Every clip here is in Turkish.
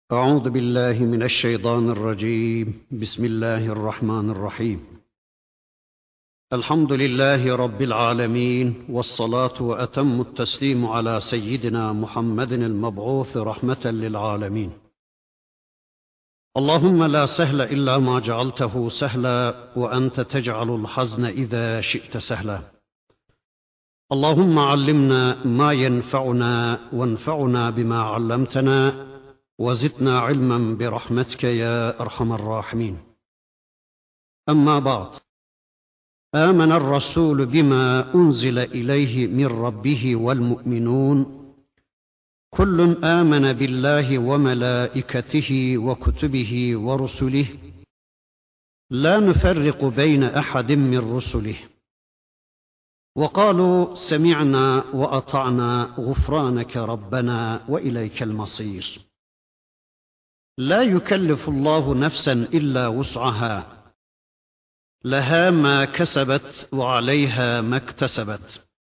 أعوذ بالله من الشيطان الرجيم. بسم الله الرحمن الرحيم. الحمد لله رب العالمين، والصلاة وأتم التسليم على سيدنا محمد المبعوث رحمة للعالمين. اللهم لا سهل إلا ما جعلته سهلا، وأنت تجعل الحزن إذا شئت سهلا. اللهم علمنا ما ينفعنا، وانفعنا بما علمتنا، وزدنا علما برحمتك يا أرحم الراحمين. أما بعد، آمن الرسول بما أنزل إليه من ربه والمؤمنون كل آمن بالله وملائكته وكتبه ورسله لا نفرق بين أحد من رسله وقالوا سمعنا وأطعنا غفرانك ربنا وإليك المصير. لا يكلف الله نفسا إلا وسعها، لها ما كسبت وعليها ما اكتسبت.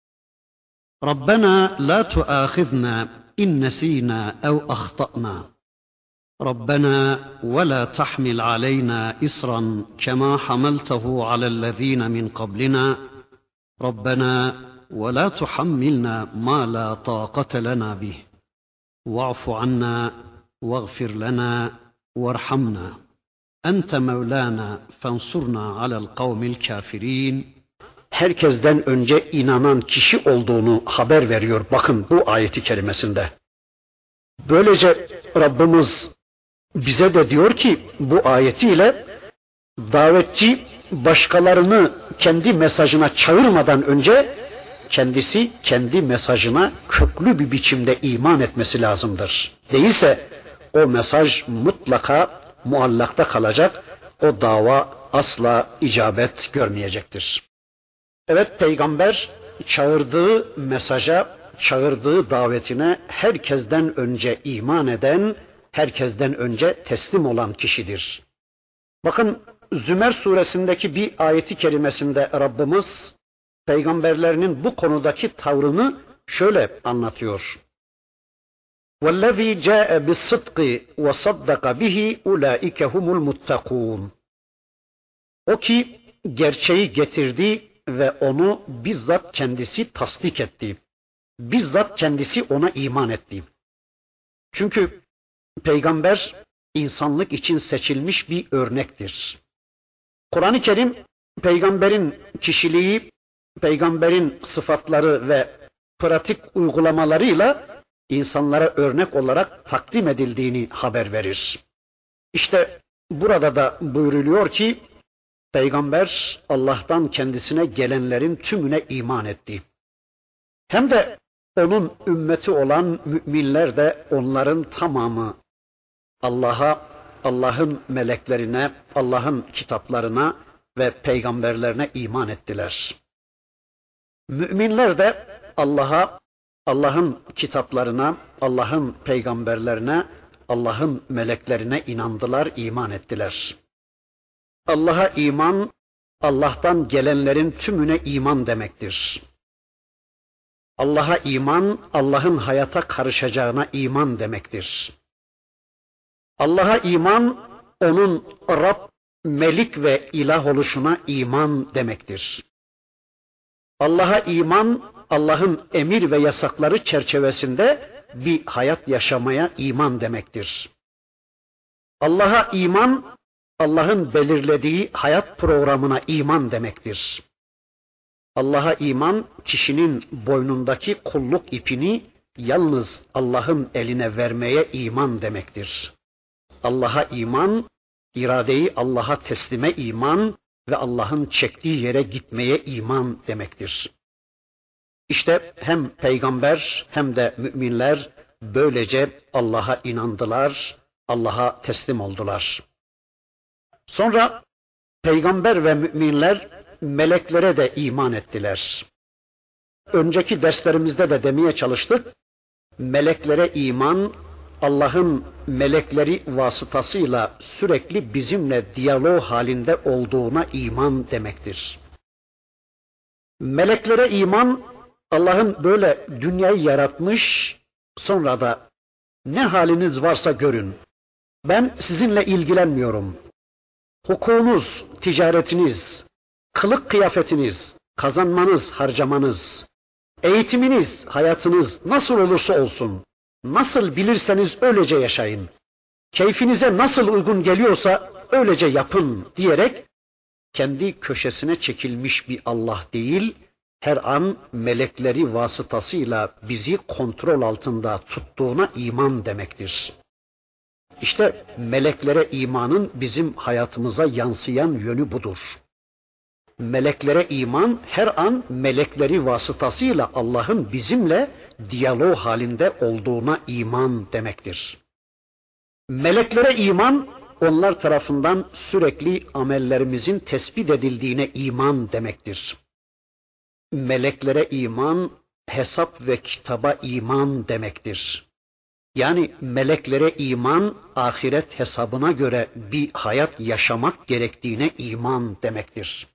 ربنا لا تؤاخذنا إن نسينا أو أخطأنا، ربنا ولا تحمل علينا إصرا كما حملته على الذين من قبلنا، ربنا ولا تحملنا ما لا طاقة لنا به، واعف عنا واغفر لنا وارحمنا، أنت مولانا فانsurna alel kavmil kafirin. Herkesten önce inanan kişi olduğunu haber veriyor bakın bu ayeti kerimesinde. Böylece Rabbimiz bize de diyor ki bu ayetiyle davetçi başkalarını kendi mesajına çağırmadan önce kendisi kendi mesajına köklü bir biçimde iman etmesi lazımdır. Değilse o mesaj mutlaka muallakta kalacak, o dava asla icabet görmeyecektir. Evet, Peygamber çağırdığı mesaja, çağırdığı davetine herkesten önce iman eden, herkesten önce teslim olan kişidir. Bakın Zümer suresindeki bir ayeti kerimesinde Rabbimiz peygamberlerinin bu konudaki tavrını şöyle anlatıyor. وَالَّذ۪ي جَاءَ بِالصِّدْقِ وَصَدَّقَ بِهِ اُولَٰئِكَ هُمُ الْمُتَّقُونَ. O ki gerçeği getirdi ve onu bizzat kendisi tasdik etti. Bizzat kendisi ona iman etti. Çünkü peygamber insanlık için seçilmiş bir örnektir. Kur'an-ı Kerim peygamberin kişiliği, peygamberin sıfatları ve pratik uygulamalarıyla insanlara örnek olarak takdim edildiğini haber verir. İşte burada da buyruluyor ki peygamber Allah'tan kendisine gelenlerin tümüne iman etti. Hem de onun ümmeti olan müminler de onların tamamı Allah'a, Allah'ın meleklerine, Allah'ın kitaplarına ve peygamberlerine iman ettiler. Müminler de Allah'a, Allah'ın kitaplarına, Allah'ın peygamberlerine, Allah'ın meleklerine inandılar, iman ettiler. Allah'a iman, Allah'tan gelenlerin tümüne iman demektir. Allah'a iman, Allah'ın hayata karışacağına iman demektir. Allah'a iman, onun Rab, Melik ve İlah oluşuna iman demektir. Allah'a iman, Allah'ın emir ve yasakları çerçevesinde bir hayat yaşamaya iman demektir. Allah'a iman, Allah'ın belirlediği hayat programına iman demektir. Allah'a iman, kişinin boynundaki kulluk ipini yalnız Allah'ın eline vermeye iman demektir. Allah'a iman, iradeyi Allah'a teslime iman ve Allah'ın çektiği yere gitmeye iman demektir. İşte hem peygamber hem de müminler böylece Allah'a inandılar, Allah'a teslim oldular. Sonra peygamber ve müminler meleklere de iman ettiler. Önceki derslerimizde de demeye çalıştık, meleklere iman, Allah'ın melekleri vasıtasıyla sürekli bizimle diyalog halinde olduğuna iman demektir. Meleklere iman, Allah'ın böyle dünyayı yaratmış, sonra da ne haliniz varsa görün, Ben sizinle ilgilenmiyorum. Hukukunuz, ticaretiniz, kılık kıyafetiniz, kazanmanız, harcamanız, eğitiminiz, hayatınız nasıl olursa olsun, nasıl bilirseniz öylece yaşayın. Keyfinize nasıl uygun geliyorsa öylece yapın diyerek kendi köşesine çekilmiş bir Allah değil, her an melekleri vasıtasıyla bizi kontrol altında tuttuğuna iman demektir. İşte meleklere imanın bizim hayatımıza yansıyan yönü budur. Meleklere iman her an melekleri vasıtasıyla Allah'ın bizimle diyalog halinde olduğuna iman demektir. Meleklere iman, onlar tarafından sürekli amellerimizin tespit edildiğine iman demektir. Meleklere iman, hesap ve kitaba iman demektir. Yani meleklere iman, ahiret hesabına göre bir hayat yaşamak gerektiğine iman demektir.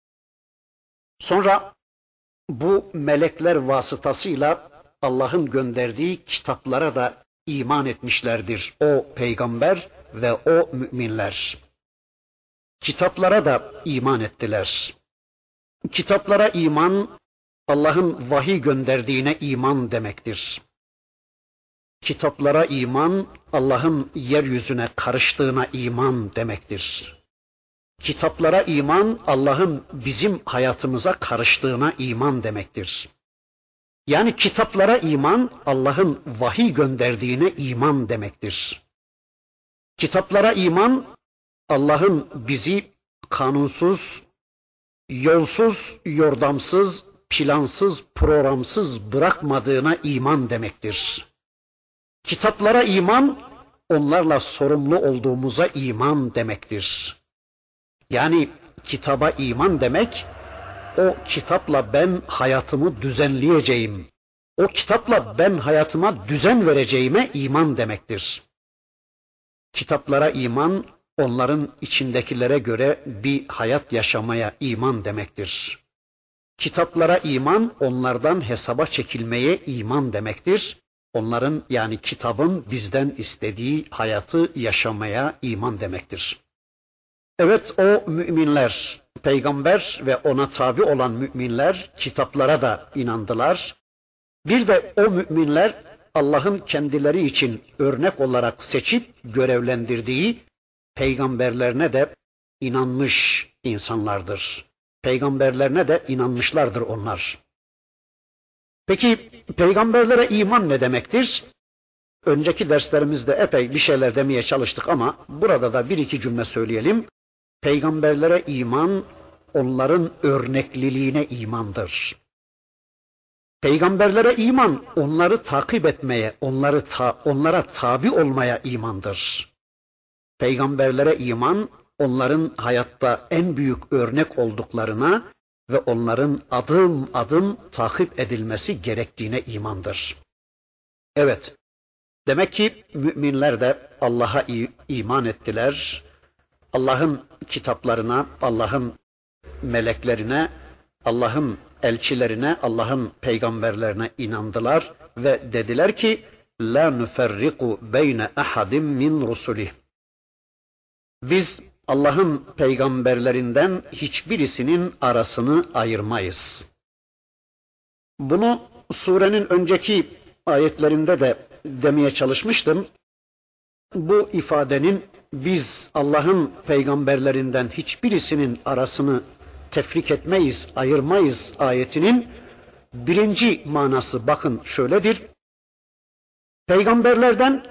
Sonra bu melekler vasıtasıyla Allah'ın gönderdiği kitaplara da iman etmişlerdir o peygamber ve o müminler. Kitaplara da iman ettiler. Kitaplara iman, Allah'ın vahiy gönderdiğine iman demektir. Kitaplara iman, Allah'ın yeryüzüne karıştığına iman demektir. Kitaplara iman, Allah'ın bizim hayatımıza karıştığına iman demektir. Yani kitaplara iman, Allah'ın vahiy gönderdiğine iman demektir. Kitaplara iman, Allah'ın bizi kanunsuz, yolsuz, yordamsız, plansız, programsız bırakmadığına iman demektir. Kitaplara iman, onlarla sorumlu olduğumuza iman demektir. Yani kitaba iman demek, o kitapla ben hayatımı düzenleyeceğim, o kitapla ben hayatıma düzen vereceğime iman demektir. Kitaplara iman, onların içindekilere göre bir hayat yaşamaya iman demektir. Kitaplara iman, onlardan hesaba çekilmeye iman demektir. Onların yani kitabın bizden istediği hayatı yaşamaya iman demektir. Evet, o müminler, peygamber ve ona tabi olan müminler kitaplara da inandılar. Bir de o müminler Allah'ın kendileri için örnek olarak seçip görevlendirdiği peygamberlerine de inanmış insanlardır. Peygamberlerine de inanmışlardır onlar. Peki peygamberlere iman ne demektir? Önceki derslerimizde epey bir şeyler demeye çalıştık ama burada da bir iki cümle söyleyelim. Peygamberlere iman, onların örnekliliğine imandır. Peygamberlere iman, onları takip etmeye, onlara tabi olmaya imandır. Peygamberlere iman, onların hayatta en büyük örnek olduklarına ve onların adım adım takip edilmesi gerektiğine imandır. Evet, demek ki müminler de Allah'a iman ettiler. Allah'ın kitaplarına, Allah'ın meleklerine, Allah'ın elçilerine, Allah'ın peygamberlerine inandılar ve dediler ki la nuferriku beyne ahadin min rusulih. Biz Allah'ın peygamberlerinden hiçbirisinin arasını ayırmayız. Bunu surenin önceki ayetlerinde de demeye çalışmıştım. Bu ifadenin biz Allah'ın peygamberlerinden hiçbirisinin arasını tefrik etmeyiz, ayırmayız ayetinin birinci manası bakın şöyledir. Peygamberlerden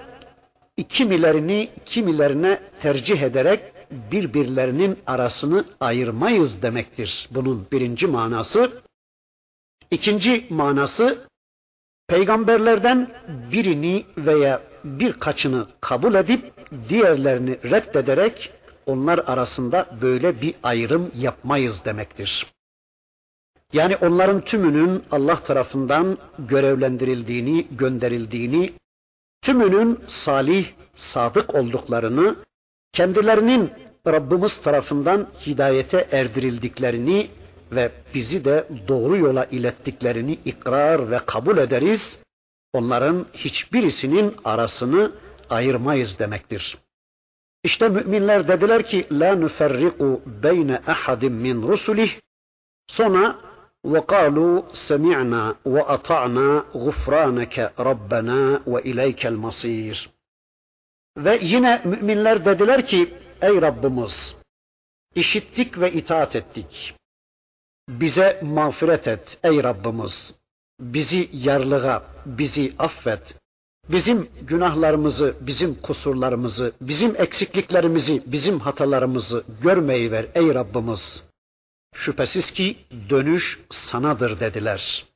kimilerine tercih ederek birbirlerinin arasını ayırmayız demektir. Bunun birinci manası. İkinci manası, peygamberlerden birini veya birkaçını kabul edip diğerlerini reddederek onlar arasında böyle bir ayrım yapmayız demektir. Yani onların tümünün Allah tarafından görevlendirildiğini, gönderildiğini, tümünün salih, sadık olduklarını, kendilerinin Rabbimiz tarafından hidayete erdirildiklerini ve bizi de doğru yola ilettiklerini ikrar ve kabul ederiz. Onların hiçbirisinin arasını ayırmayız demektir. İşte müminler dediler ki la nuferriku beyne ahadin min rusulih. Sonra وَقَالُوا سَمِعْنَا وَأَطَعْنَا غُفْرَانَكَ رَبَّنَا وَإِلَيْكَ الْمَصِيرُ. Ve yine müminler dediler ki ey Rabbimiz, işittik ve itaat ettik. Bize mağfiret et ey Rabbimiz. Bizi yarlığa, bizi affet. Bizim günahlarımızı, bizim kusurlarımızı, bizim eksikliklerimizi, bizim hatalarımızı görmeyi ver ey Rabbimiz. Şüphesiz ki dönüş sanadır dediler.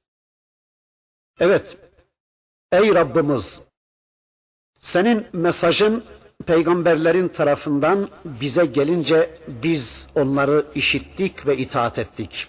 Evet, ey Rabbimiz, senin mesajın peygamberlerin tarafından bize gelince biz onları işittik ve itaat ettik.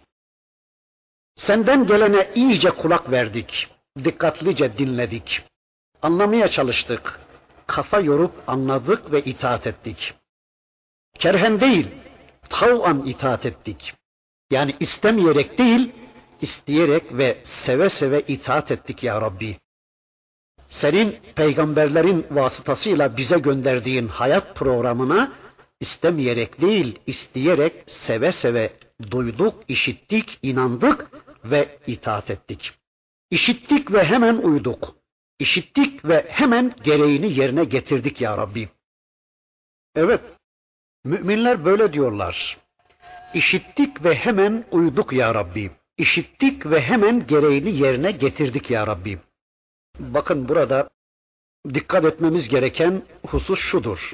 Senden gelene iyice kulak verdik, dikkatlice dinledik, anlamaya çalıştık, kafa yorup anladık ve itaat ettik. Kerhen değil, tav'an itaat ettik. Yani istemeyerek değil, isteyerek ve seve seve itaat ettik ya Rabbi. Senin peygamberlerin vasıtasıyla bize gönderdiğin hayat programına istemeyerek değil, isteyerek seve seve duyduk, işittik, inandık ve itaat ettik. İşittik ve hemen uyduk. İşittik ve hemen gereğini yerine getirdik ya Rabbi. Evet, müminler böyle diyorlar. İşittik ve hemen uyduk ya Rabbi. İşittik ve hemen gereğini yerine getirdik ya Rabbi. Bakın burada dikkat etmemiz gereken husus şudur.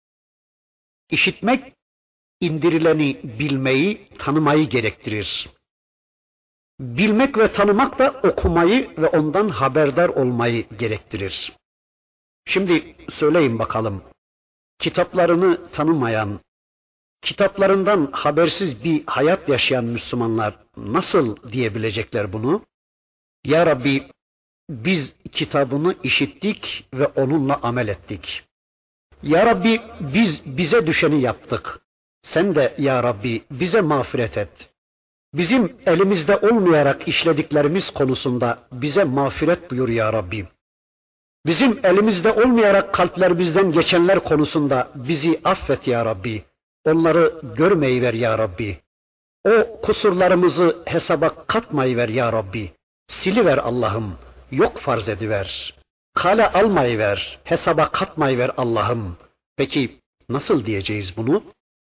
İşitmek, indirileni bilmeyi, tanımayı gerektirir. Bilmek ve tanımak da okumayı ve ondan haberdar olmayı gerektirir. Şimdi söyleyin bakalım, kitaplarını tanımayan, kitaplarından habersiz bir hayat yaşayan Müslümanlar nasıl diyebilecekler bunu? Ya Rabbi, biz kitabını işittik ve onunla amel ettik. Ya Rabbi, biz bize düşeni yaptık. Sen de ya Rabbi bize mağfiret et. Bizim elimizde olmayarak işlediklerimiz konusunda bize mağfiret buyur ya Rabbi. Bizim elimizde olmayarak kalplerimizden geçenler konusunda bizi affet ya Rabbi. Onları görmeyiver ya Rabbi. O kusurlarımızı hesaba katmayıver ya Rabbi. Siliver Allah'ım, yok farz ediver. Kale almayıver, hesaba katmayıver Allah'ım. Peki nasıl diyeceğiz bunu?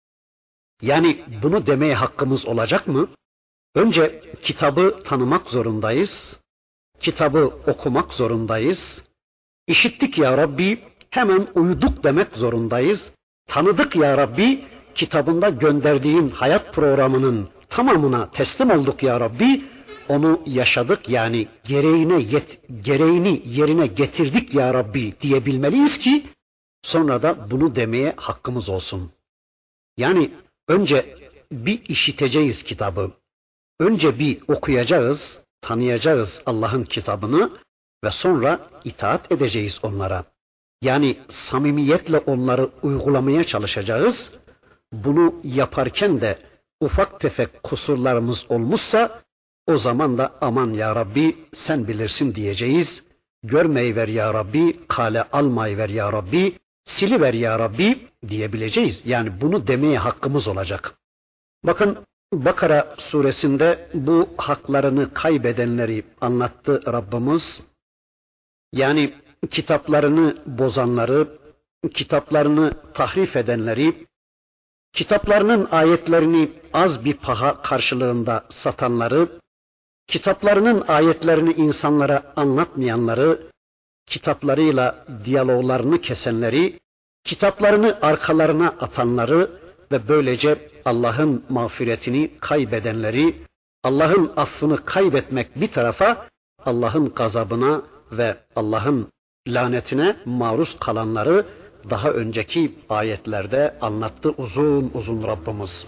Yani bunu demeye hakkımız olacak mı? Önce kitabı tanımak zorundayız. Kitabı okumak zorundayız. İşittik ya Rabbi, hemen uyduk demek zorundayız. Tanıdık ya Rabbi, kitabında gönderdiğin hayat programının tamamına teslim olduk ya Rabbi. Onu yaşadık yani gereğini yerine getirdik ya Rabbi diyebilmeliyiz ki sonra da bunu demeye hakkımız olsun. Yani önce bir işiteceğiz kitabı. Önce bir okuyacağız, tanıyacağız Allah'ın kitabını ve sonra itaat edeceğiz onlara. Yani samimiyetle onları uygulamaya çalışacağız. Bunu yaparken de ufak tefek kusurlarımız olmuşsa o zaman da aman ya Rabbi sen bilirsin diyeceğiz. Görmeyiver ya Rabbi, kale almayıver ya Rabbi, siliver ya Rabbi diyebileceğiz. Yani bunu demeye hakkımız olacak. Bakın Bakara suresinde bu haklarını kaybedenleri anlattı Rabbimiz. Yani kitaplarını bozanları, kitaplarını tahrif edenleri, kitaplarının ayetlerini az bir paha karşılığında satanları, kitaplarının ayetlerini insanlara anlatmayanları, kitaplarıyla diyaloglarını kesenleri, kitaplarını arkalarına atanları ve böylece Allah'ın mağfiretini kaybedenleri, Allah'ın affını kaybetmek bir tarafa, Allah'ın gazabına ve Allah'ın lanetine maruz kalanları daha önceki ayetlerde anlattı uzun uzun Rabbimiz.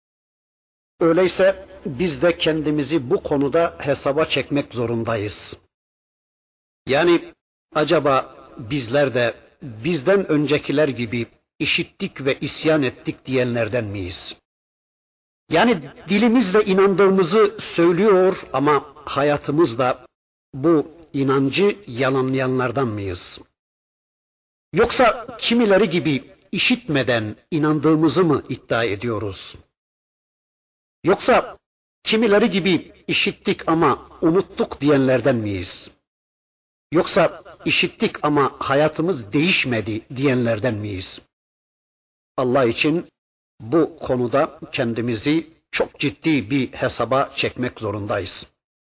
Öyleyse biz de kendimizi bu konuda hesaba çekmek zorundayız. Yani acaba bizler de bizden öncekiler gibi işittik ve isyan ettik diyenlerden miyiz? Yani dilimizle inandığımızı söylüyor ama hayatımızda bu inancı yalanlayanlardan mıyız? Yoksa kimileri gibi işitmeden inandığımızı mı iddia ediyoruz? Yoksa kimileri gibi işittik ama unuttuk diyenlerden miyiz? Yoksa işittik ama hayatımız değişmedi diyenlerden miyiz? Allah için bu konuda kendimizi çok ciddi bir hesaba çekmek zorundayız.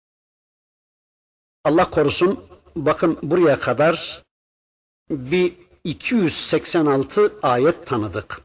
Allah korusun, bakın buraya kadar bir 286 ayet tanıdık.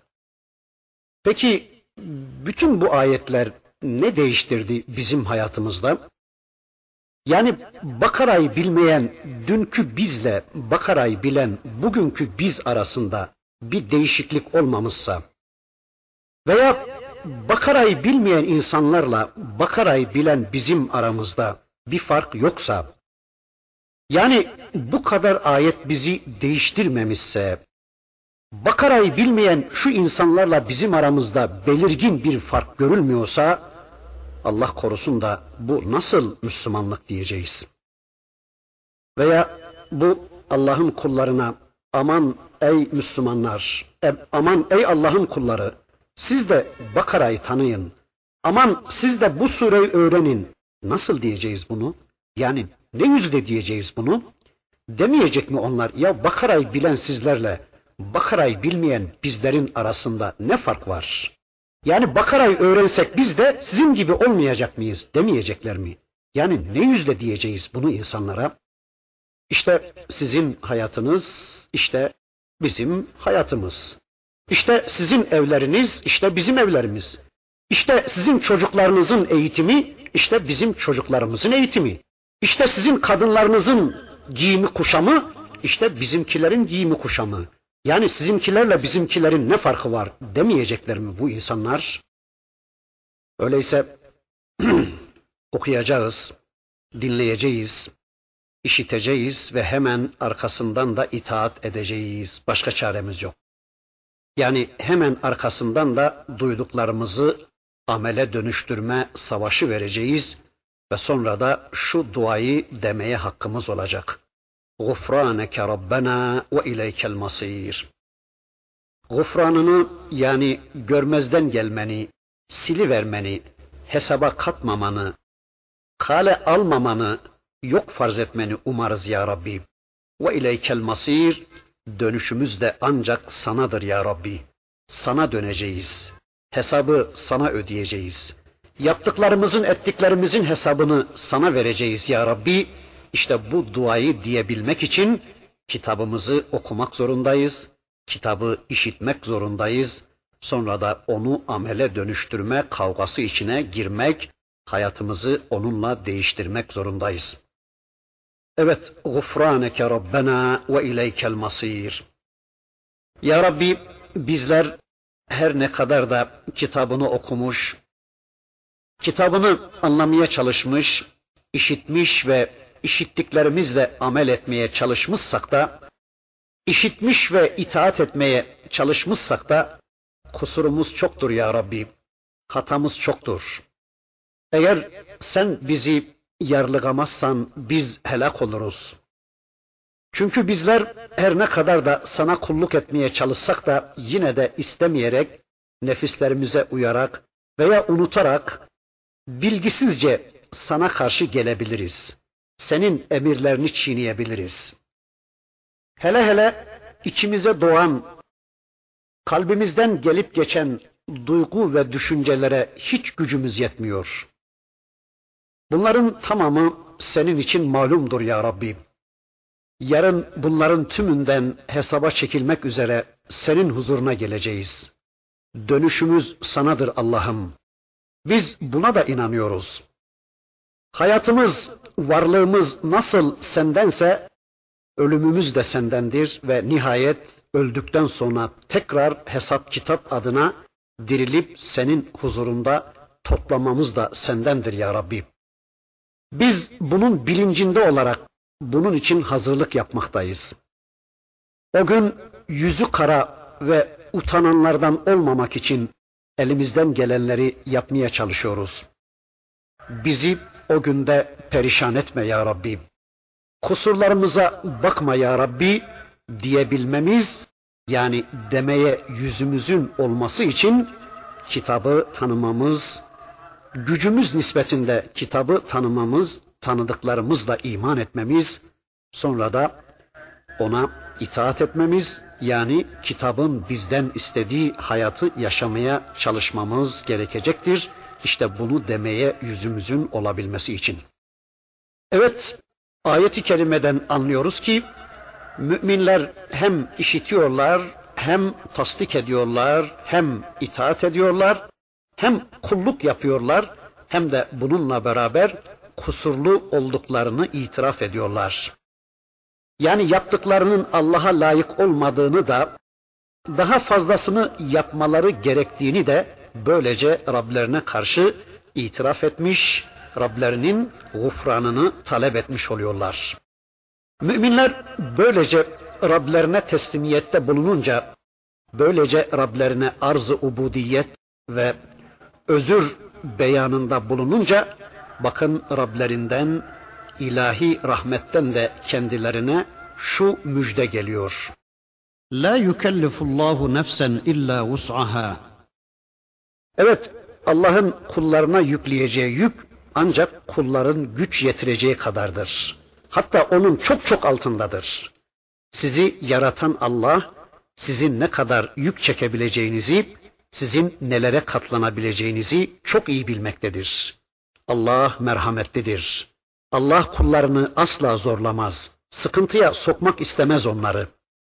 Peki bütün bu ayetler ne değiştirdi bizim hayatımızda? Yani Bakara'yı bilmeyen dünkü bizle Bakara'yı bilen bugünkü biz arasında bir değişiklik olmamışsa veya Bakara'yı bilmeyen insanlarla Bakara'yı bilen bizim aramızda bir fark yoksa, yani bu kadar ayet bizi değiştirmemişse, Bakara'yı bilmeyen şu insanlarla bizim aramızda belirgin bir fark görülmüyorsa, Allah korusun da bu nasıl Müslümanlık diyeceğiz? Veya bu Allah'ın kullarına, aman ey Müslümanlar, aman ey Allah'ın kulları, siz de Bakara'yı tanıyın, aman siz de bu sureyi öğrenin. Nasıl diyeceğiz bunu? Yani ne yüzle diyeceğiz bunu? Demeyecek mi onlar, ya Bakara'yı bilen sizlerle Bakara'yı bilmeyen bizlerin arasında ne fark var? Yani Bakara'yı öğrensek biz de sizin gibi olmayacak mıyız demeyecekler mi? Yani ne yüzle diyeceğiz bunu insanlara? İşte sizin hayatınız, işte bizim hayatımız. İşte sizin evleriniz, işte bizim evlerimiz. İşte sizin çocuklarınızın eğitimi, işte bizim çocuklarımızın eğitimi. İşte sizin kadınlarınızın giyimi kuşamı, işte bizimkilerin giyimi kuşamı. Yani sizinkilerle bizimkilerin ne farkı var demeyecekler mi bu insanlar? Öyleyse okuyacağız, dinleyeceğiz, işiteceğiz ve hemen arkasından da itaat edeceğiz. Başka çaremiz yok. Yani hemen arkasından da duyduklarımızı amele dönüştürme savaşı vereceğiz ve sonra da şu duayı demeye hakkımız olacak. Gufraneke Rabbena ve ileykel masir. Gufranını, yani görmezden gelmeni, silivermeni, hesaba katmamanı, kale almamanı, yok farz etmeni umarız ya Rabbi. Ve ileykel masir, dönüşümüz de ancak sanadır ya Rabbi. Sana döneceğiz. Hesabı sana ödeyeceğiz. Yaptıklarımızın, ettiklerimizin hesabını sana vereceğiz ya Rabbi. İşte bu duayı diyebilmek için kitabımızı okumak zorundayız. Kitabı işitmek zorundayız. Sonra da onu amele dönüştürme kavgası içine girmek, hayatımızı onunla değiştirmek zorundayız. Evet, gufraneke Rabbena ve ileykel masir. Ya Rabbi, bizler her ne kadar da kitabını okumuş, kitabını anlamaya çalışmış, işitmiş ve işittiklerimizle amel etmeye çalışmışsak da, işitmiş ve itaat etmeye çalışmışsak da, kusurumuz çoktur ya Rabbi, hatamız çoktur. Eğer sen bizi yarlıgamazsan biz helak oluruz. Çünkü bizler her ne kadar da sana kulluk etmeye çalışsak da yine de istemeyerek, nefislerimize uyarak veya unutarak bilgisizce sana karşı gelebiliriz. Senin emirlerini çiğneyebiliriz. Hele hele içimize doğan, kalbimizden gelip geçen duygu ve düşüncelere hiç gücümüz yetmiyor. Bunların tamamı senin için malumdur ya Rabbi. Yarın bunların tümünden hesaba çekilmek üzere senin huzuruna geleceğiz. Dönüşümüz sanadır Allah'ım. Biz buna da inanıyoruz. Hayatımız, varlığımız nasıl sendense, ölümümüz de sendendir ve nihayet öldükten sonra tekrar hesap kitap adına dirilip senin huzurunda toplamamız da sendendir ya Rabbi. Biz bunun bilincinde olarak bunun için hazırlık yapmaktayız. O gün yüzü kara ve utananlardan olmamak için elimizden gelenleri yapmaya çalışıyoruz. Bizi o günde perişan etme ya Rabbi. Kusurlarımıza bakma ya Rabbi diyebilmemiz yani demeye yüzümüzün olması için kitabı tanımamız, gücümüz nispetinde kitabı tanımamız, tanıdıklarımızla iman etmemiz, sonra da ona itaat etmemiz, yani kitabın bizden istediği hayatı yaşamaya çalışmamız gerekecektir. İşte bunu demeye yüzümüzün olabilmesi için. Evet, ayet-i kerimeden anlıyoruz ki, müminler hem işitiyorlar, hem tasdik ediyorlar, hem itaat ediyorlar, hem kulluk yapıyorlar, hem de bununla beraber kusurlu olduklarını itiraf ediyorlar. Yani yaptıklarının Allah'a layık olmadığını da, daha fazlasını yapmaları gerektiğini de böylece Rablerine karşı itiraf etmiş, Rablerinin gufranını talep etmiş oluyorlar. Müminler böylece Rablerine teslimiyette bulununca, böylece Rablerine arz-ı ubudiyet ve özür beyanında bulununca, bakın Rablerinden, ilahi rahmetten de kendilerine şu müjde geliyor. La yukellifullahu nefsen illa vus'aha. Evet, Allah'ın kullarına yükleyeceği yük ancak kulların güç yetireceği kadardır. Hatta onun çok çok altındadır. Sizi yaratan Allah, sizin ne kadar yük çekebileceğinizi, sizin nelere katlanabileceğinizi çok iyi bilmektedir. Allah merhametlidir. Allah kullarını asla zorlamaz, sıkıntıya sokmak istemez onları.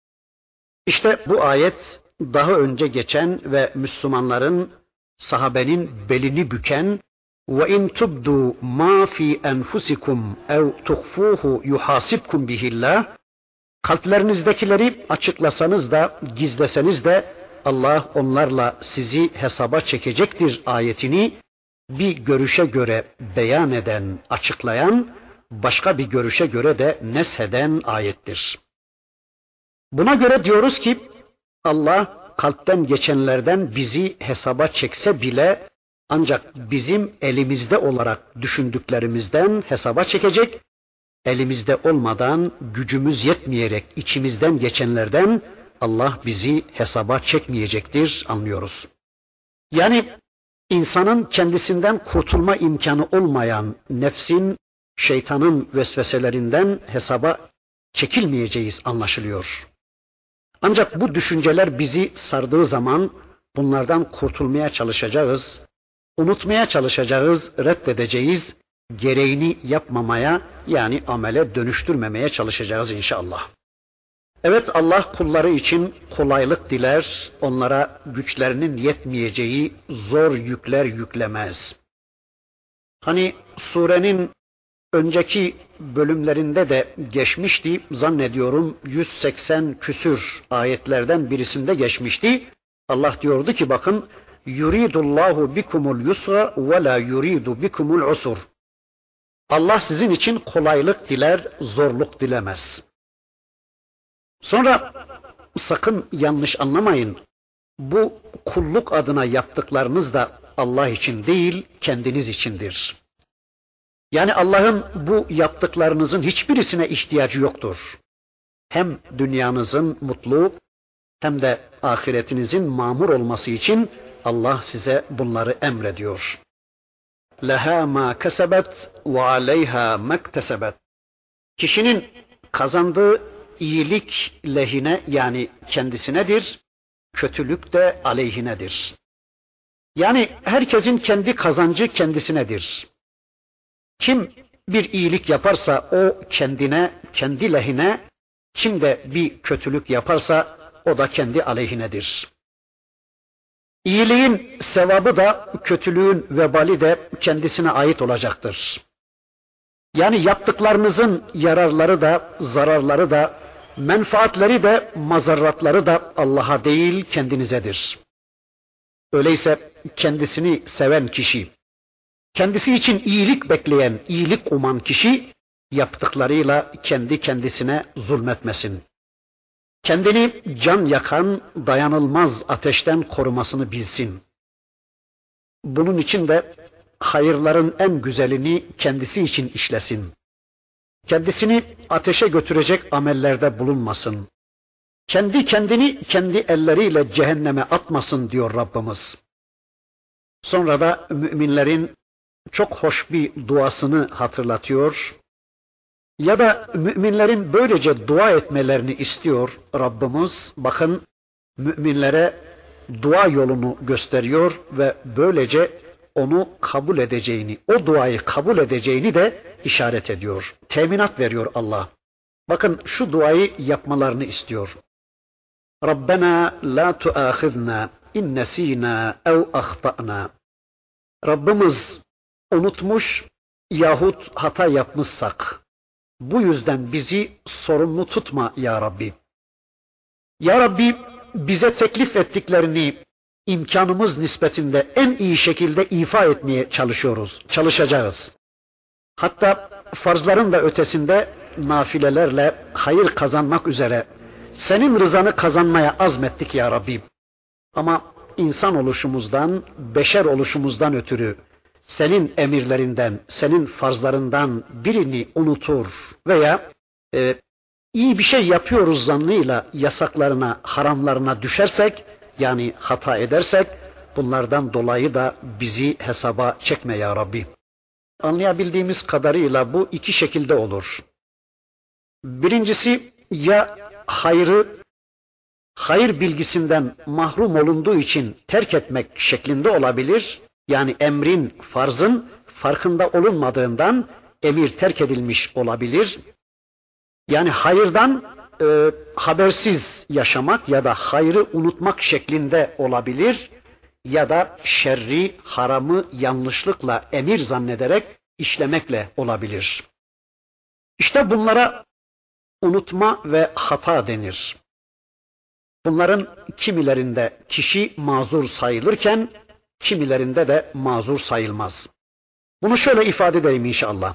İşte bu ayet daha önce geçen ve Müslümanların, sahabenin belini büken وَاِنْ تُبْدُوا مَا فِي أَنْفُسِكُمْ اَوْ تُخْفُوهُ يُحَاسِبْكُمْ بِهِ اللّٰهِ kalplerinizdekileri açıklasanız da, gizleseniz de Allah onlarla sizi hesaba çekecektir ayetini bir görüşe göre beyan eden, açıklayan, başka bir görüşe göre de nesheden ayettir. Buna göre diyoruz ki Allah kalpten geçenlerden bizi hesaba çekse bile ancak bizim elimizde olarak düşündüklerimizden hesaba çekecek, elimizde olmadan, gücümüz yetmeyerek içimizden geçenlerden Allah bizi hesaba çekmeyecektir, anlıyoruz. Yani insanın kendisinden kurtulma imkanı olmayan nefsin, şeytanın vesveselerinden hesaba çekilmeyeceğiz anlaşılıyor. Ancak bu düşünceler bizi sardığı zaman bunlardan kurtulmaya çalışacağız, unutmaya çalışacağız, reddedeceğiz, gereğini yapmamaya yani amele dönüştürmemeye çalışacağız inşallah. Evet, Allah kulları için kolaylık diler, onlara güçlerinin yetmeyeceği zor yükler yüklemez. Hani surenin önceki bölümlerinde de geçmişti, zannediyorum 180 küsür ayetlerden birisinde geçmişti. Allah diyordu ki bakın, yuridullahu bikumul yusra ve la yuridu bikumul usur. Allah sizin için kolaylık diler, zorluk dilemez. Sonra sakın yanlış anlamayın. Bu kulluk adına yaptıklarınız da Allah için değil, kendiniz içindir. Yani Allah'ın bu yaptıklarınızın hiçbirisine ihtiyacı yoktur. Hem dünyanızın mutlu hem de ahiretinizin mamur olması için Allah size bunları emrediyor. Leha ma kesebet ve aleyha mektesebet. Kişinin kazandığı iyilik lehine yani kendisinedir, kötülük de aleyhinedir. Yani herkesin kendi kazancı kendisinedir. Kim bir iyilik yaparsa o kendine, kendi lehine, kim de bir kötülük yaparsa o da kendi aleyhinedir. İyiliğin sevabı da, kötülüğün vebali de kendisine ait olacaktır. Yani yaptıklarınızın yararları da, zararları da, menfaatleri de, mazarratları da Allah'a değil kendinizedir. Öyleyse kendisini seven kişi, kendisi için iyilik bekleyen, iyilik uman kişi, yaptıklarıyla kendi kendisine zulmetmesin. Kendini can yakan, dayanılmaz ateşten korumasını bilsin. Bunun için de hayırların en güzelini kendisi için işlesin. Kendisini ateşe götürecek amellerde bulunmasın. kendi kendini kendi elleriyle cehenneme atmasın diyor Rabbimiz. Sonra da müminlerin çok hoş bir duasını hatırlatıyor. Ya da müminlerin böylece dua etmelerini istiyor Rabbimiz. Bakın, müminlere dua yolunu gösteriyor ve böylece onu kabul edeceğini, o duayı kabul edeceğini de işaret ediyor. Teminat veriyor Allah. Bakın, şu duayı yapmalarını istiyor. Rabbena la tuâkhidna in nesînâ ev ahta'na. Rabbimiz, unutmuş yahut hata yapmışsak, bu yüzden bizi sorumlu tutma ya Rabbi. Ya Rabbi, bize teklif ettiklerini imkanımız nispetinde en iyi şekilde ifa etmeye çalışacağız. Hatta farzların da ötesinde nafilelerle hayır kazanmak üzere senin rızanı kazanmaya azmettik ya Rabbi. Ama insan oluşumuzdan, beşer oluşumuzdan ötürü senin emirlerinden, senin farzlarından birini unutur veya iyi bir şey yapıyoruz zannıyla yasaklarına, haramlarına düşersek, yani hata edersek, bunlardan dolayı da bizi hesaba çekme ya Rabbi. Anlayabildiğimiz kadarıyla bu iki şekilde olur. Birincisi, ya hayır bilgisinden mahrum olunduğu için terk etmek şeklinde olabilir. Yani emrin, farzın farkında olunmadığından emir terk edilmiş olabilir. Yani hayırdan habersiz yaşamak ya da hayrı unutmak şeklinde olabilir. Ya da şerri, haramı yanlışlıkla emir zannederek işlemekle olabilir. İşte bunlara unutma ve hata denir. Bunların kimilerinde kişi mazur sayılırken, kimilerinde de mazur sayılmaz. Bunu şöyle ifade edeyim inşallah.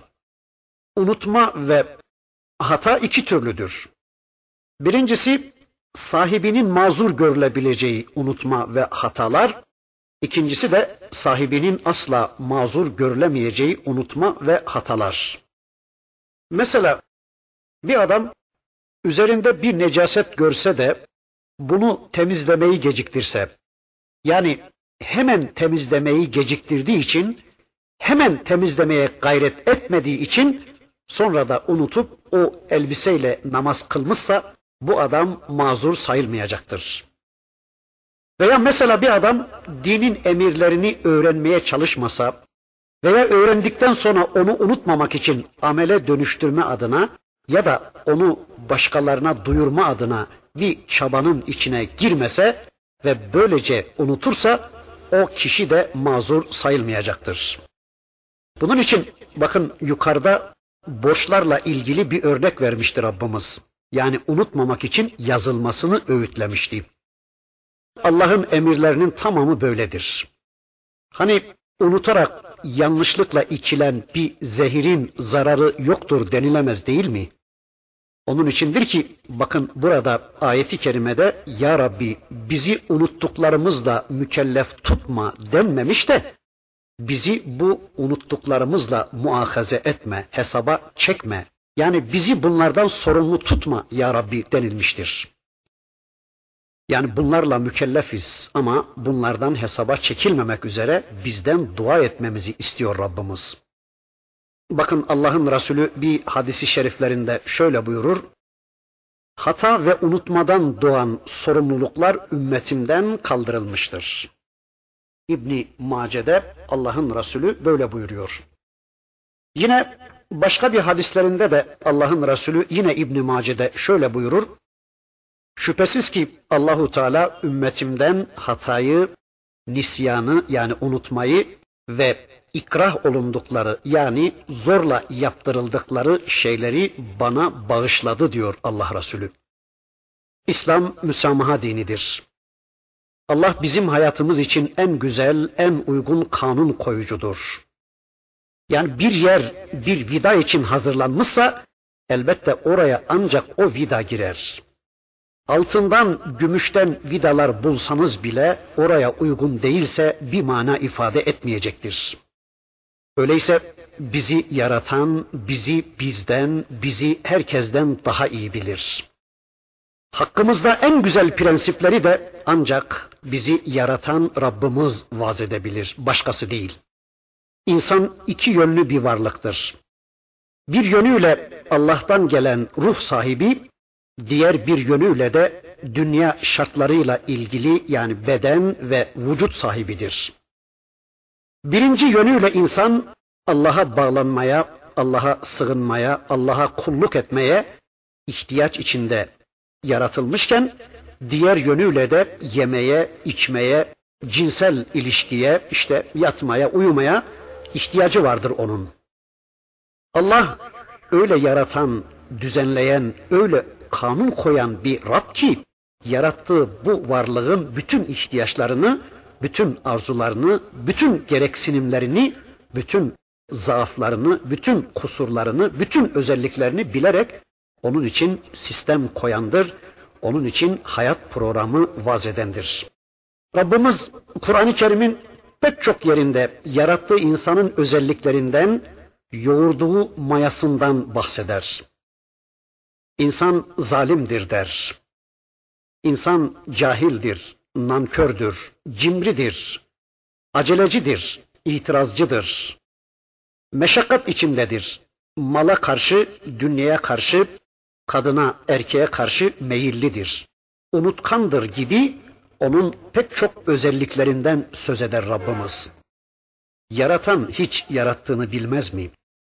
Unutma ve hata iki türlüdür. Birincisi, sahibinin mazur görülebileceği unutma ve hatalar. İkincisi de sahibinin asla mazur görülemeyeceği unutma ve hatalar. Mesela bir adam üzerinde bir necaset görse de bunu temizlemeyi geciktirse, yani hemen temizlemeyi geciktirdiği için, hemen temizlemeye gayret etmediği için sonra da unutup o elbiseyle namaz kılmışsa bu adam mazur sayılmayacaktır. Veya mesela bir adam dinin emirlerini öğrenmeye çalışmasa veya öğrendikten sonra onu unutmamak için amele dönüştürme adına ya da onu başkalarına duyurma adına bir çabanın içine girmese ve böylece unutursa o kişi de mazur sayılmayacaktır. Bunun için bakın, yukarıda borçlarla ilgili bir örnek vermişti Rabbimiz. Yani unutmamak için yazılmasını öğütlemişti. Allah'ın emirlerinin tamamı böyledir. Hani unutarak yanlışlıkla içilen bir zehirin zararı yoktur denilemez değil mi? Onun içindir ki bakın burada ayeti kerimede ya Rabbi bizi unuttuklarımızla mükellef tutma denmemiş de bizi bu unuttuklarımızla muahaze etme, hesaba çekme. Yani bizi bunlardan sorumlu tutma ya Rabbi denilmiştir. Yani bunlarla mükellefiz ama bunlardan hesaba çekilmemek üzere bizden dua etmemizi istiyor Rabbimiz. Bakın Allah'ın Resulü bir hadisi şeriflerinde şöyle buyurur. Hata ve unutmadan doğan sorumluluklar ümmetimden kaldırılmıştır. İbn-i Mace'de Allah'ın Resulü böyle buyuruyor. Yine başka bir hadislerinde de Allah'ın Resulü yine İbn-i Mace'de şöyle buyurur. Şüphesiz ki Allahu Teala ümmetimden hatayı, nisyanı yani unutmayı ve ikrah olundukları yani zorla yaptırıldıkları şeyleri bana bağışladı diyor Allah Resulü. İslam müsamaha dinidir. Allah bizim hayatımız için en güzel, en uygun kanun koyucudur. Yani bir yer bir vida için hazırlanmışsa elbette oraya ancak o vida girer. Altından, gümüşten vidalar bulsanız bile oraya uygun değilse bir mana ifade etmeyecektir. Öyleyse bizi yaratan, bizi bizden, bizi herkesten daha iyi bilir. Hakkımızda en güzel prensipleri de ancak bizi yaratan Rabbimiz vaz edebilir, başkası değil. İnsan iki yönlü bir varlıktır. Bir yönüyle Allah'tan gelen ruh sahibi, diğer bir yönüyle de dünya şartlarıyla ilgili yani beden ve vücut sahibidir. Birinci yönüyle insan Allah'a bağlanmaya, Allah'a sığınmaya, Allah'a kulluk etmeye ihtiyaç içinde yaratılmışken, diğer yönüyle de yemeye, içmeye, cinsel ilişkiye, işte yatmaya, uyumaya ihtiyacı vardır onun. Allah öyle yaratan, düzenleyen, öyle kanun koyan bir Rab ki, yarattığı bu varlığın bütün ihtiyaçlarını, bütün arzularını, bütün gereksinimlerini, bütün zaaflarını, bütün kusurlarını, bütün özelliklerini bilerek onun için sistem koyandır, onun için hayat programı vaz edendir. Rabbimiz Kur'an-ı Kerim'in pek çok yerinde yarattığı insanın özelliklerinden, yoğurduğu mayasından bahseder. İnsan zalimdir der. İnsan cahildir, nankördür, cimridir, acelecidir, itirazcıdır. Meşakkat içindedir. Mala karşı, dünyaya karşı, kadına, erkeğe karşı meyillidir. Unutkandır gibi onun pek çok özelliklerinden söz eder Rabbimiz. Yaratan hiç yarattığını bilmez mi?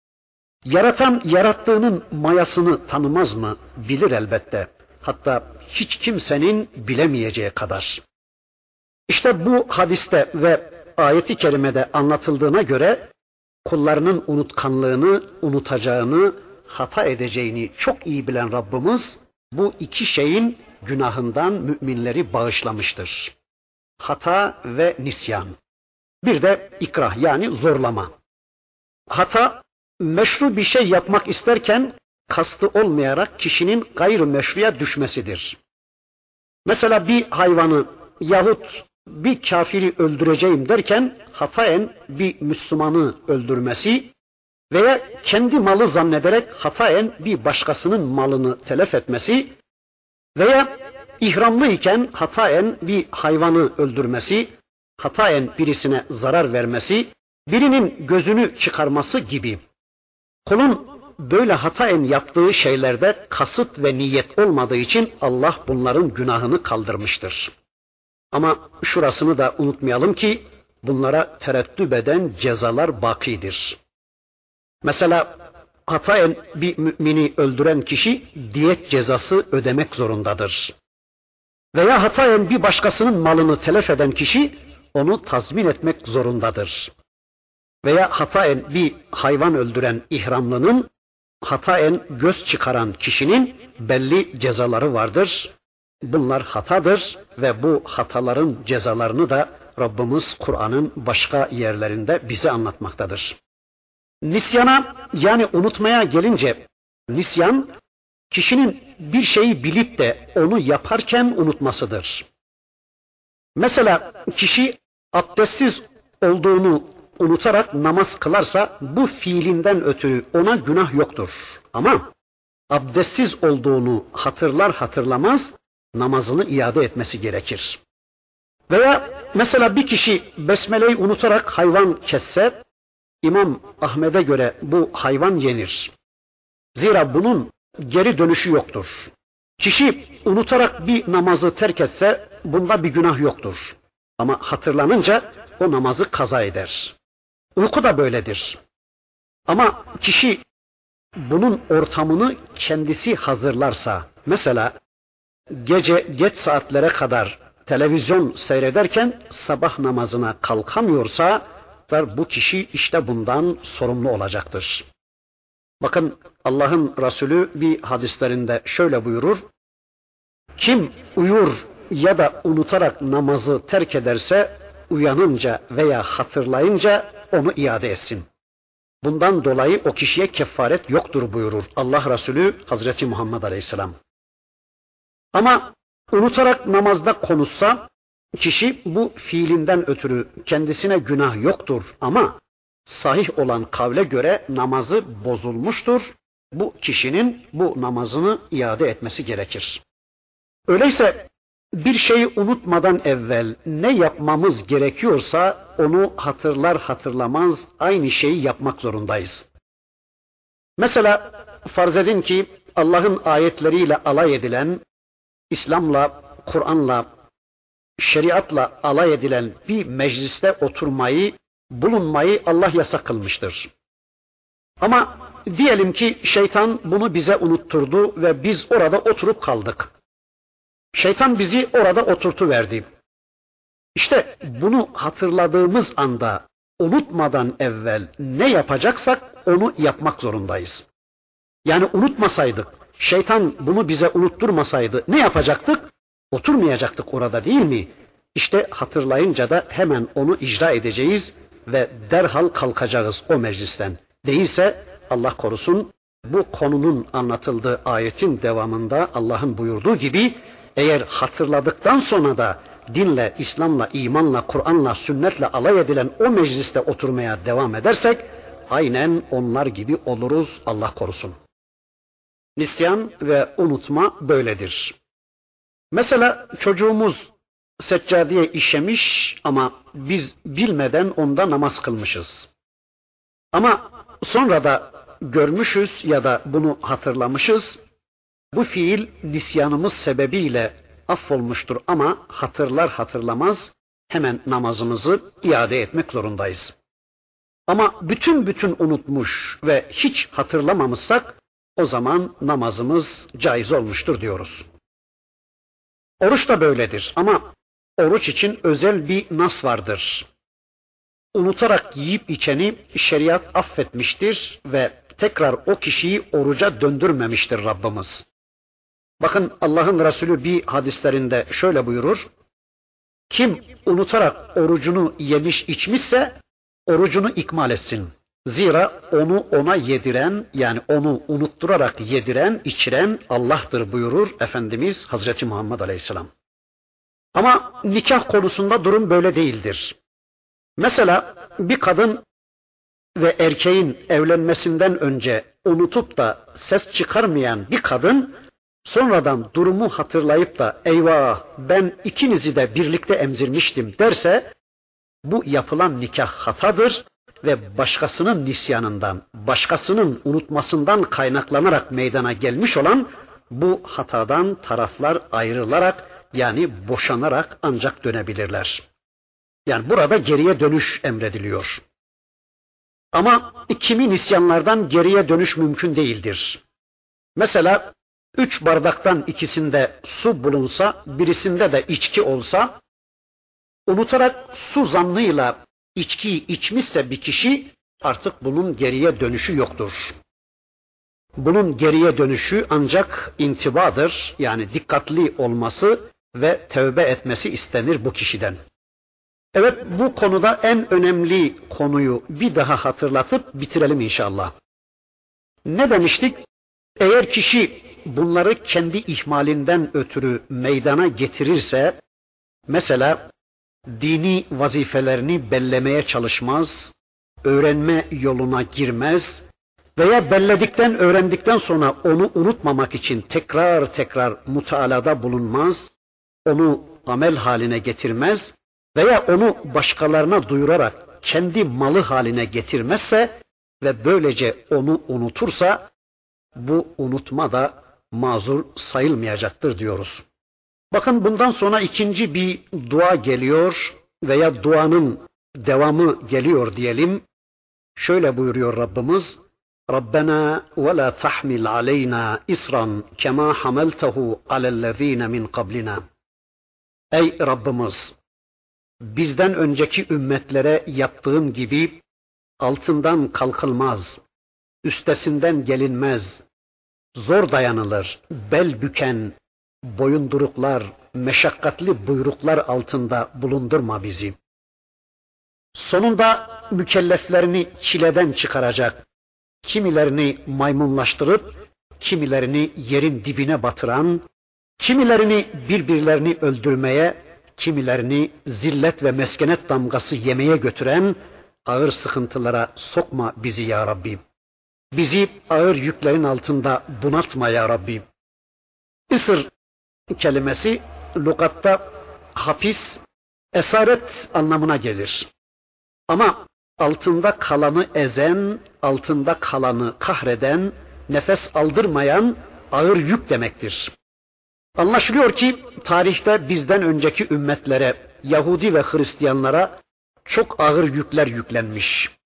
Yaratan yarattığının mayasını tanımaz mı? Bilir elbette. Hatta hiç kimsenin bilemeyeceği kadar. İşte bu hadiste ve ayeti kerimede anlatıldığına göre kullarının unutkanlığını, unutacağını, hata edeceğini çok iyi bilen Rabbimiz bu iki şeyin günahından müminleri bağışlamıştır. Hata ve nisyan. Bir de ikrah yani zorlama. Hata, meşru bir şey yapmak isterken kastı olmayarak kişinin gayrimeşruya düşmesidir. Mesela bir hayvanı yahut bir kafiri öldüreceğim derken hataen bir Müslümanı öldürmesi veya kendi malı zannederek hataen bir başkasının malını telef etmesi veya ihramlı iken hataen bir hayvanı öldürmesi, hataen birisine zarar vermesi, birinin gözünü çıkarması gibi. Kulun böyle hataen yaptığı şeylerde kasıt ve niyet olmadığı için Allah bunların günahını kaldırmıştır. Ama şurasını da unutmayalım ki bunlara tereddüt eden cezalar bakidir. Mesela hataen bir mümini öldüren kişi diyet cezası ödemek zorundadır. Veya hataen bir başkasının malını telef eden kişi onu tazmin etmek zorundadır. Veya hataen bir hayvan öldüren ihramlının, hataen göz çıkaran kişinin belli cezaları vardır. Bunlar hatadır ve bu hataların cezalarını da Rabbimiz Kur'an'ın başka yerlerinde bize anlatmaktadır. Nisyana yani unutmaya gelince, nisyan kişinin bir şeyi bilip de onu yaparken unutmasıdır. Mesela kişi abdestsiz olduğunu unutarak namaz kılarsa bu fiilinden ötürü ona günah yoktur. Ama abdestsiz olduğunu hatırlar hatırlamaz namazını iade etmesi gerekir. Veya mesela bir kişi besmeleyi unutarak hayvan kesse, İmam Ahmed'e göre bu hayvan yenir. Zira bunun geri dönüşü yoktur. Kişi unutarak bir namazı terk etse bunda bir günah yoktur. Ama hatırlanınca o namazı kaza eder. Uyku da böyledir. Ama kişi bunun ortamını kendisi hazırlarsa, mesela gece geç saatlere kadar televizyon seyrederken sabah namazına kalkamıyorsa, bu kişi işte bundan sorumlu olacaktır. Bakın Allah'ın Resulü bir hadislerinde şöyle buyurur. Kim uyur ya da unutarak namazı terk ederse uyanınca veya hatırlayınca onu iade etsin. Bundan dolayı o kişiye kefaret yoktur buyurur Allah Resulü Hazreti Muhammed Aleyhisselam. Ama unutarak namazda konuşsa kişi bu fiilinden ötürü kendisine günah yoktur ama sahih olan kavle göre namazı bozulmuştur. Bu kişinin bu namazını iade etmesi gerekir. Öyleyse bir şeyi unutmadan evvel ne yapmamız gerekiyorsa onu hatırlar hatırlamaz aynı şeyi yapmak zorundayız. Mesela farz edin ki Allah'ın ayetleriyle alay edilen, İslam'la, Kur'an'la, şeriatla alay edilen bir mecliste oturmayı, bulunmayı Allah yasak kılmıştır. Ama diyelim ki şeytan bunu bize unutturdu ve biz orada oturup kaldık. Şeytan bizi orada oturtuverdi. İşte bunu hatırladığımız anda, unutmadan evvel ne yapacaksak onu yapmak zorundayız. Yani unutmasaydık, şeytan bunu bize unutturmasaydı ne yapacaktık? Oturmayacaktık orada, değil mi? İşte hatırlayınca da hemen onu icra edeceğiz ve derhal kalkacağız o meclisten. Değilse Allah korusun, bu konunun anlatıldığı ayetin devamında Allah'ın buyurduğu gibi eğer hatırladıktan sonra da dinle, İslam'la, imanla, Kur'an'la, sünnetle alay edilen o mecliste oturmaya devam edersek aynen onlar gibi oluruz, Allah korusun. Nisyan ve unutma böyledir. Mesela çocuğumuz seccadeye işemiş ama biz bilmeden onda namaz kılmışız. Ama sonra da görmüşüz ya da bunu hatırlamışız. Bu fiil nisyanımız sebebiyle affolmuştur ama hatırlar hatırlamaz hemen namazımızı iade etmek zorundayız. Ama bütün unutmuş ve hiç hatırlamamışsak o zaman namazımız caiz olmuştur diyoruz. Oruç da böyledir ama oruç için özel bir nas vardır. Unutarak yiyip içeni şeriat affetmiştir ve tekrar o kişiyi oruca döndürmemiştir Rabbimiz. Bakın Allah'ın Resulü bir hadislerinde şöyle buyurur. Kim unutarak orucunu yemiş içmişse orucunu ikmal etsin. Zira onu ona yediren, yani onu unutturarak yediren, içiren Allah'tır buyurur Efendimiz Hazreti Muhammed Aleyhisselam. Ama nikah konusunda durum böyle değildir. Mesela bir kadın ve erkeğin evlenmesinden önce unutup da ses çıkarmayan bir kadın sonradan durumu hatırlayıp da eyvah ben ikinizi de birlikte emzirmiştim derse bu yapılan nikah hatadır ve başkasının nisyanından, başkasının unutmasından kaynaklanarak meydana gelmiş olan bu hatadan taraflar ayrılarak yani boşanarak ancak dönebilirler. Yani burada geriye dönüş emrediliyor. Ama kimi nisyanlardan geriye dönüş mümkün değildir. Mesela 3 bardaktan ikisinde su bulunsa, birisinde de içki olsa, unutarak su zannıyla içkiyi içmişse bir kişi artık bunun geriye dönüşü yoktur. Bunun geriye dönüşü ancak intibadır, yani dikkatli olması ve tövbe etmesi istenir bu kişiden. Evet, bu konuda en önemli konuyu bir daha hatırlatıp bitirelim inşallah. Ne demiştik? Eğer kişi bunları kendi ihmalinden ötürü meydana getirirse, mesela dini vazifelerini bellemeye çalışmaz, öğrenme yoluna girmez veya belledikten, öğrendikten sonra onu unutmamak için tekrar mutaalada bulunmaz, onu amel haline getirmez veya onu başkalarına duyurarak kendi malı haline getirmezse ve böylece onu unutursa, bu unutma da mazur sayılmayacaktır diyoruz. Bakın bundan sonra ikinci bir dua geliyor veya duanın devamı geliyor diyelim. Şöyle buyuruyor Rabbimiz: Rabbena ve la tahmil aleyna isran kema hamaltehu alellezine min qablina. Ey Rabbimiz, bizden önceki ümmetlere yaptığın gibi altından kalkılmaz, üstesinden gelinmez, zor dayanılır, bel büken, boyunduruklar, meşakkatli buyruklar altında bulundurma bizi. Sonunda mükelleflerini çileden çıkaracak, kimilerini maymunlaştırıp, kimilerini yerin dibine batıran, kimilerini birbirlerini öldürmeye, kimilerini zillet ve meskenet damgası yemeye götüren ağır sıkıntılara sokma bizi ya Rabbi. Bizi ağır yüklerin altında bunaltma ya Rabbi. Isır kelimesi lügatta hapis, esaret anlamına gelir. Ama altında kalanı ezen, altında kalanı kahreden, nefes aldırmayan ağır yük demektir. Anlaşılıyor ki tarihte bizden önceki ümmetlere, Yahudi ve Hristiyanlara çok ağır yükler yüklenmiş.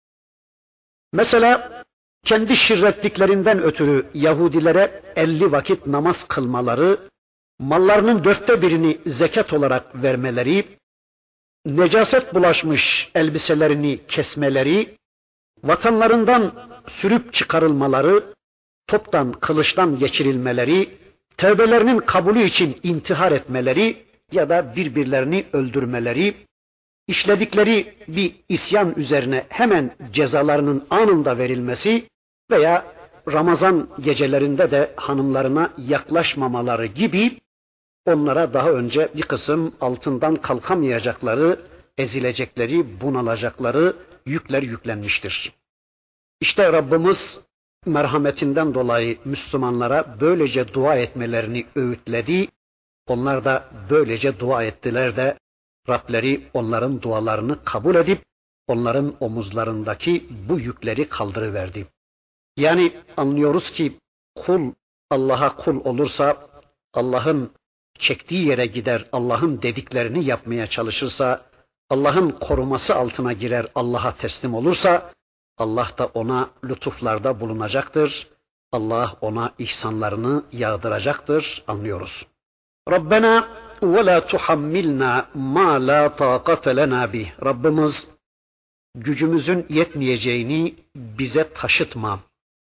Mesela kendi şirretliklerinden ötürü Yahudilere 50 vakit namaz kılmaları, mallarının 1/4 zekat olarak vermeleri, necaset bulaşmış elbiselerini kesmeleri, vatanlarından sürüp çıkarılmaları, toptan kılıçtan geçirilmeleri, tevbelerinin kabulü için intihar etmeleri ya da birbirlerini öldürmeleri, işledikleri bir isyan üzerine hemen cezalarının anında verilmesi veya Ramazan gecelerinde de hanımlarına yaklaşmamaları gibi onlara daha önce bir kısım altından kalkamayacakları, ezilecekleri, bunalacakları yükler yüklenmiştir. İşte Rabbimiz merhametinden dolayı Müslümanlara böylece dua etmelerini öğütledi. Onlar da böylece dua ettiler de Rableri onların dualarını kabul edip onların omuzlarındaki bu yükleri kaldırıverdi. Yani anlıyoruz ki kul Allah'a kul olursa, Allah'ın çektiği yere gider, Allah'ın dediklerini yapmaya çalışırsa, Allah'ın koruması altına girer, Allah'a teslim olursa, Allah da ona lütuflarda bulunacaktır. Allah ona ihsanlarını yağdıracaktır, anlıyoruz. Rabbena ve la tuhammilna ma la taqate lena bih. Rabbimiz gücümüzün yetmeyeceğini bize taşıtma.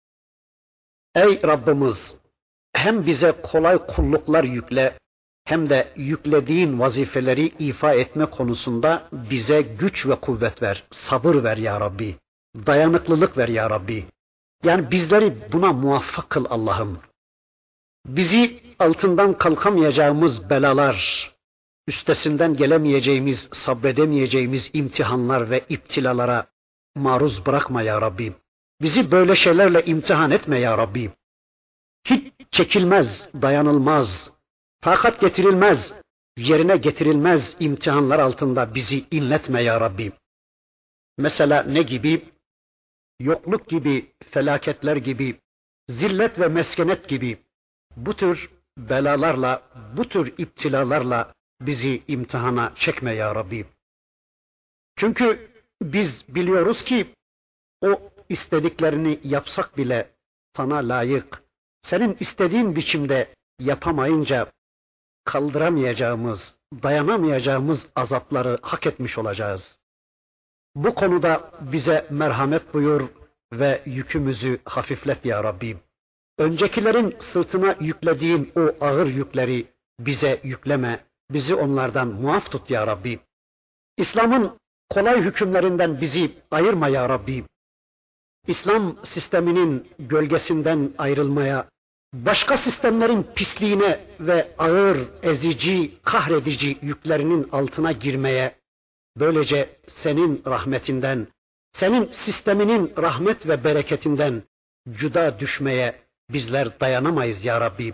Ey Rabbimiz, hem bize kolay kulluklar yükle, hem de yüklediğin vazifeleri ifa etme konusunda bize güç ve kuvvet ver, sabır ver ya Rabbi, dayanıklılık ver ya Rabbi. Yani bizleri buna muvaffak kıl Allah'ım. Bizi altından kalkamayacağımız belalar, üstesinden gelemeyeceğimiz, sabredemeyeceğimiz imtihanlar ve iptilalara maruz bırakma ya Rabbi. Bizi böyle şeylerle imtihan etme ya Rabbi. Hiç çekilmez, dayanılmaz, takat getirilmez, yerine getirilmez imtihanlar altında bizi inletme ya Rabbi. Mesela ne gibi? Yokluk gibi, felaketler gibi, zillet ve meskenet gibi bu tür belalarla, bu tür iptilalarla bizi imtihana çekme ya Rabbi. Çünkü biz biliyoruz ki o istediklerini yapsak bile sana layık, senin istediğin biçimde yapamayınca kaldıramayacağımız, dayanamayacağımız azapları hak etmiş olacağız. Bu konuda bize merhamet buyur ve yükümüzü hafiflet ya Rabbi. Öncekilerin sırtına yüklediğin o ağır yükleri bize yükleme, bizi onlardan muaf tut ya Rabbi. İslam'ın kolay hükümlerinden bizi ayırma ya Rabbi. İslam sisteminin gölgesinden ayrılmaya, başka sistemlerin pisliğine ve ağır, ezici, kahredici yüklerinin altına girmeye, böylece senin rahmetinden, senin sisteminin rahmet ve bereketinden cüda düşmeye bizler dayanamayız ya Rabbi.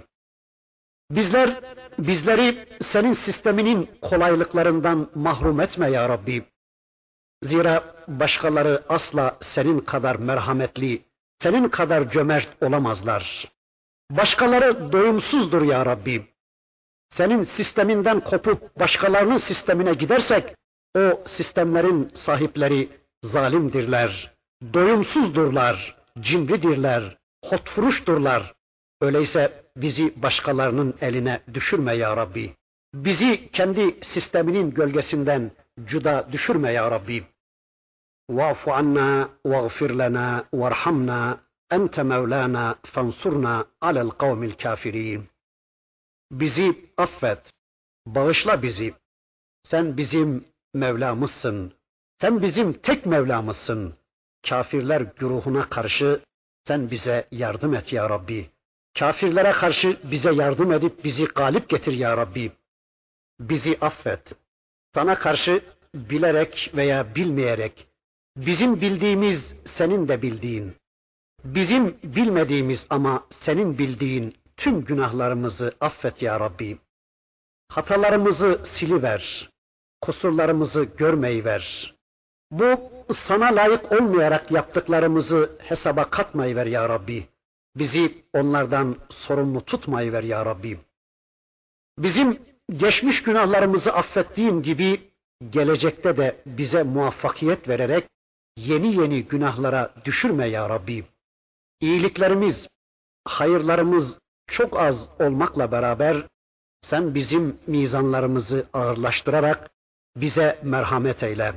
Bizleri senin sisteminin kolaylıklarından mahrum etme ya Rabbi. Zira başkaları asla senin kadar merhametli, senin kadar cömert olamazlar. Başkaları doyumsuzdur ya Rabbi. Senin sisteminden kopup başkalarının sistemine gidersek, o sistemlerin sahipleri zalimdirler, doyumsuzdurlar, cimridirler, hotfuruşturlar. Öyleyse bizi başkalarının eline düşürme ya Rabbi. Bizi kendi sisteminin gölgesinden cüda düşürme ya Rabbi. Va'fu anna, va'gfir lana, varhamna, ente mevlana, fansurna alel kavmil kafirin. Bizi affet, bağışla bizi. Sen bizim Mevlamızsın. Sen bizim tek Mevlamızsın. Kafirler güruhuna karşı sen bize yardım et ya Rabbi. Kafirlere karşı bize yardım edip bizi galip getir ya Rabbi. Bizi affet. Sana karşı bilerek veya bilmeyerek, bizim bildiğimiz senin de bildiğin, bizim bilmediğimiz ama senin bildiğin tüm günahlarımızı affet ya Rabbi. Hatalarımızı siliver, kusurlarımızı görmeyiver. Bu sana layık olmayarak yaptıklarımızı hesaba katmayıver ya Rabbi. Bizi onlardan sorumlu tutmayıver ya Rabbi. Bizim geçmiş günahlarımızı affettiğin gibi gelecekte de bize muvaffakiyet vererek yeni yeni günahlara düşürme ya Rabbi. İyiliklerimiz, hayırlarımız çok az olmakla beraber sen bizim mizanlarımızı ağırlaştırarak bize merhamet eyle.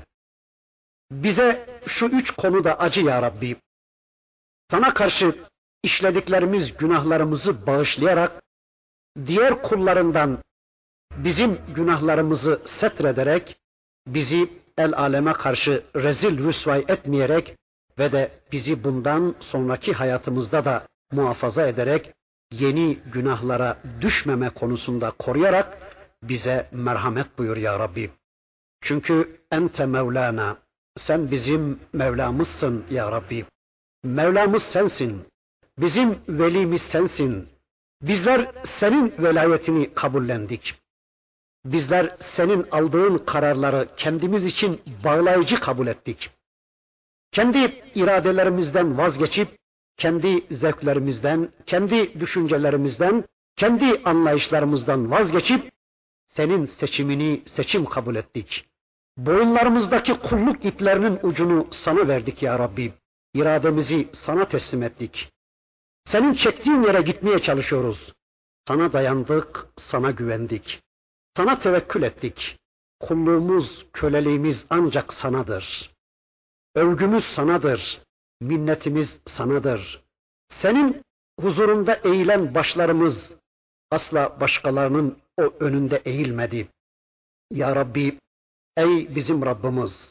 Bize şu 3 konuda acı ya Rabbi. Sana karşı işlediklerimiz günahlarımızı bağışlayarak diğer kullarından bizim günahlarımızı setrederek bizi el aleme karşı rezil rüsvay etmeyerek ve de bizi bundan sonraki hayatımızda da muhafaza ederek yeni günahlara düşmeme konusunda koruyarak bize merhamet buyur ya Rabbi. Çünkü ente Mevlana, sen bizim Mevlamızsın ya Rabbi. Mevlamız sensin, bizim velimiz sensin. Bizler senin velayetini kabullendik. Bizler senin aldığın kararları kendimiz için bağlayıcı kabul ettik. Kendi iradelerimizden vazgeçip, kendi zevklerimizden, kendi düşüncelerimizden, kendi anlayışlarımızdan vazgeçip, senin seçimini seçim kabul ettik. Boyunlarımızdaki kulluk iplerinin ucunu sana verdik ya Rabbi. İrademizi sana teslim ettik. Senin çektiğin yere gitmeye çalışıyoruz. Sana dayandık, sana güvendik. Sana tevekkül ettik. Kulluğumuz, köleliğimiz ancak sanadır. Övgümüz sanadır. Minnetimiz sanadır. Senin huzurunda eğilen başlarımız asla başkalarının o önünde eğilmedi. Ya Rabbi, ey bizim Rabbimiz,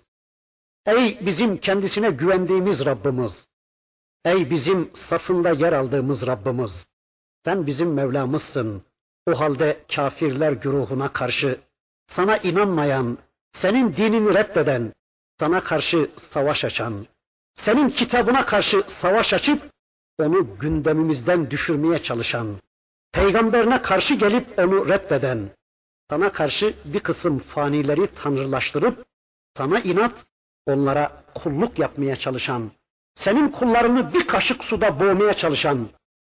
ey bizim kendisine güvendiğimiz Rabbimiz, ey bizim safında yer aldığımız Rabbimiz, sen bizim Mevlamızsın. O halde kafirler güruhuna karşı, sana inanmayan, senin dinini reddeden, sana karşı savaş açan, senin kitabına karşı savaş açıp, onu gündemimizden düşürmeye çalışan, peygamberine karşı gelip onu reddeden, sana karşı bir kısım fanileri tanrılaştırıp, sana inat, onlara kulluk yapmaya çalışan, senin kullarını bir kaşık suda boğmaya çalışan,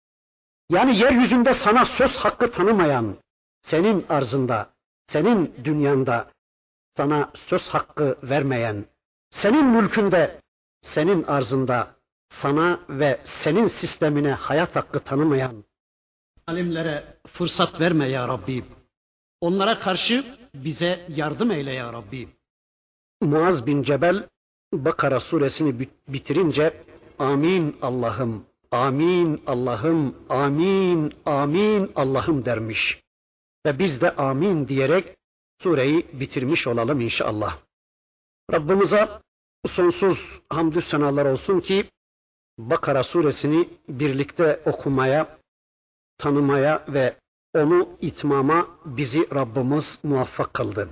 yani yeryüzünde sana söz hakkı tanımayan, senin arzında, senin dünyanda sana söz hakkı vermeyen, senin mülkünde, senin arzında sana ve senin sistemine hayat hakkı tanımayan alimlere fırsat verme ya Rabbi. Onlara karşı bize yardım eyle ya Rabbi. Muaz bin Cebel Bakara suresini bitirince amin Allah'ım, amin Allah'ım, amin, amin Allah'ım dermiş. Ve biz de amin diyerek sureyi bitirmiş olalım inşallah. Rabbimize sonsuz hamdü senalar olsun ki Bakara suresini birlikte okumaya, tanımaya ve onu itmama bizi Rabbimiz muvaffak kıldı.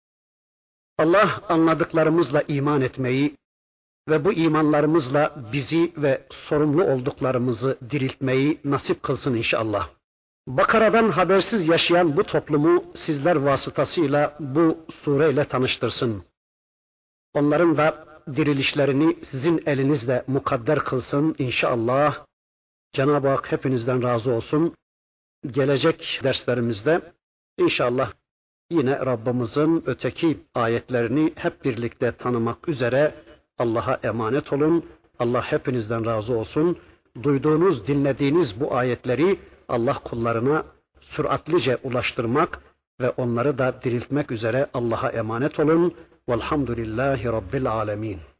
Allah anladıklarımızla iman etmeyi ve bu imanlarımızla bizi ve sorumlu olduklarımızı diriltmeyi nasip kılsın inşallah. Bakara'dan habersiz yaşayan bu toplumu sizler vasıtasıyla bu sureyle tanıştırsın. Onların da dirilişlerini sizin elinizle mukadder kılsın inşallah. Cenab-ı Hak hepinizden razı olsun. Gelecek derslerimizde inşallah yine Rabbimizin öteki ayetlerini hep birlikte tanımak üzere Allah'a emanet olun. Allah hepinizden razı olsun. Duyduğunuz, dinlediğiniz bu ayetleri Allah kullarına süratlice ulaştırmak ve onları da diriltmek üzere Allah'a emanet olun. Velhamdülillahi Rabbil alemin.